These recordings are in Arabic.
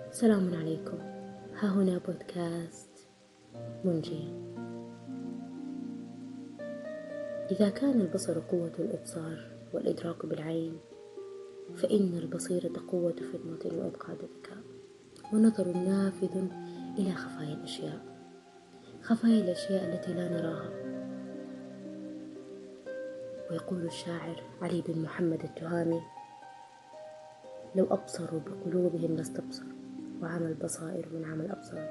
السلام عليكم. ها هنا بودكاست منجية. إذا كان البصر قوة الإبصار والإدراك بالعين، فإن البصيرة قوة فطنة وإبقاد ذكاء، ونظر نافذ إلى خفايا الأشياء، خفايا الأشياء التي لا نراها. ويقول الشاعر علي بن محمد التهامي: لو أبصروا بقلوبهم لاستبصروا، وعمى البصائر من عمى الأبصار.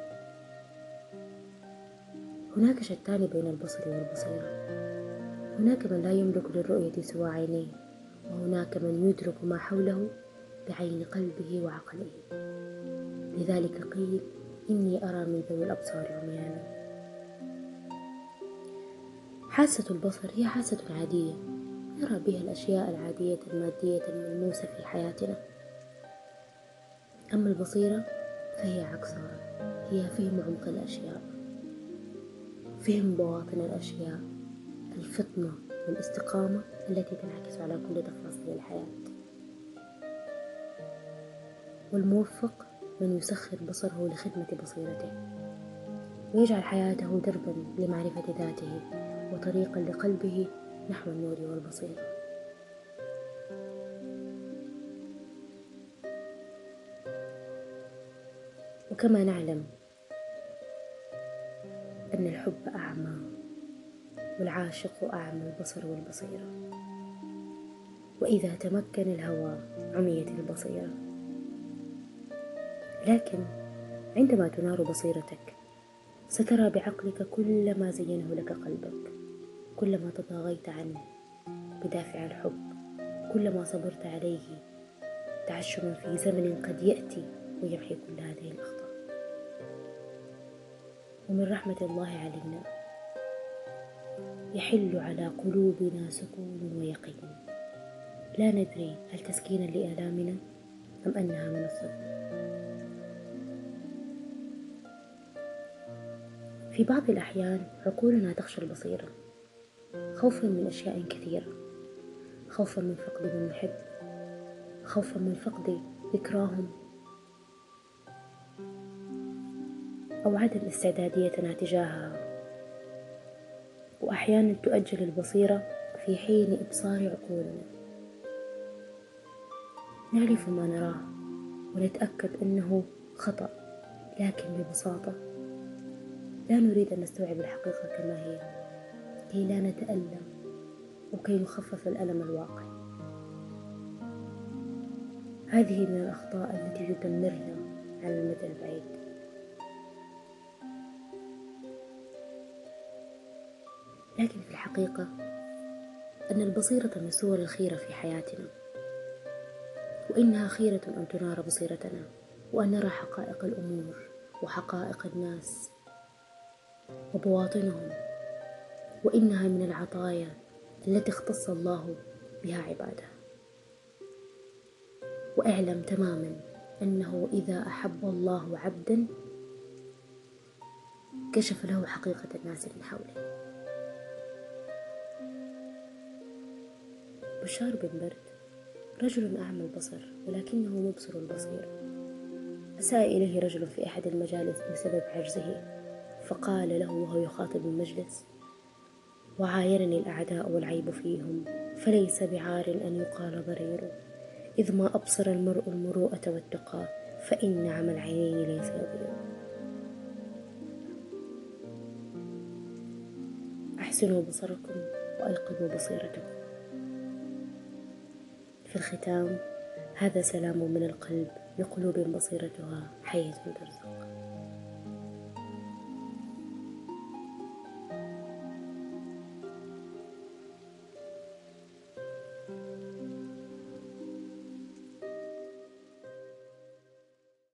هناك شتان بين البصر والبصيرة. هناك من لا يملك للرؤية سوى عينيه، وهناك من يدرك ما حوله بعين قلبه وعقله. لذلك قيل: إني أرى من ذوي الأبصار عميانا. حاسة البصر هي حاسة عادية نرى بها الأشياء العادية المادية الملموسة في حياتنا. أما البصيرة فهي عكسها، هي فهم عمق الأشياء، فهم بواطن الأشياء، الفطنة والاستقامة التي تنعكس على كل تفاصيل الحياة. والموفق من يسخر بصره لخدمة بصيرته، ويجعل حياته دربا لمعرفة ذاته وطريقا لقلبه نحو النور والبصيرة. وكما نعلم أن الحب أعمى، والعاشق أعمى البصر والبصيرة، وإذا تمكن الهوى عميت البصيرة. لكن عندما تنار بصيرتك سترى بعقلك كل ما زينه لك قلبك، كلما تطاغيت عنه بدافع الحب، كلما صبرت عليه تعشما في زمن قد يأتي ويمحي كل هذه الأخطاء. ومن رحمة الله علينا يحل على قلوبنا سكون ويقين، لا ندري هل تسكينا لآلامنا أم أنها من الصبر. في بعض الأحيان عقولنا تخشى البصيرة خوفا من أشياء كثيرة، خوفا من فقد من نحب، خوفا من فقد ذكراهم، أو عدم استعداديتنا تجاهها. وأحيانا تؤجل البصيرة في حين إبصار عقولنا، نعرف ما نراه ونتأكد أنه خطأ، لكن ببساطة لا نريد أن نستوعب الحقيقة كما هي كي لا نتألم وكي نخفف الألم الواقع. هذه من الأخطاء التي تدمرنا على المدى البعيد. لكن في الحقيقة أن البصيرة من صور الخيرة في حياتنا، وإنها خيرة أن تنار بصيرتنا وأن نرى حقائق الأمور وحقائق الناس وبواطنهم، وإنها من العطايا التي اختص الله بها عباده. واعلم تماما أنه إذا أحب الله عبدا كشف له حقيقة الناس من حوله. بشار بن برد رجل أعمى البصر ولكنه مبصر البصير. أساء إليه رجل في أحد المجالس بسبب عجزه، فقال له وهو يخاطب المجلس: وعايرني الأعداء والعيب فيهم، فليس بعار أن يقال ضرير، إذ ما أبصر المرء المروءة والتقى، فإن عمى العينين ليس يضير. أحسنوا بصركم وأيقظوا بصيرتكم. في الختام، هذا سلام من القلب لقلوب بصيرتها حية ترزق.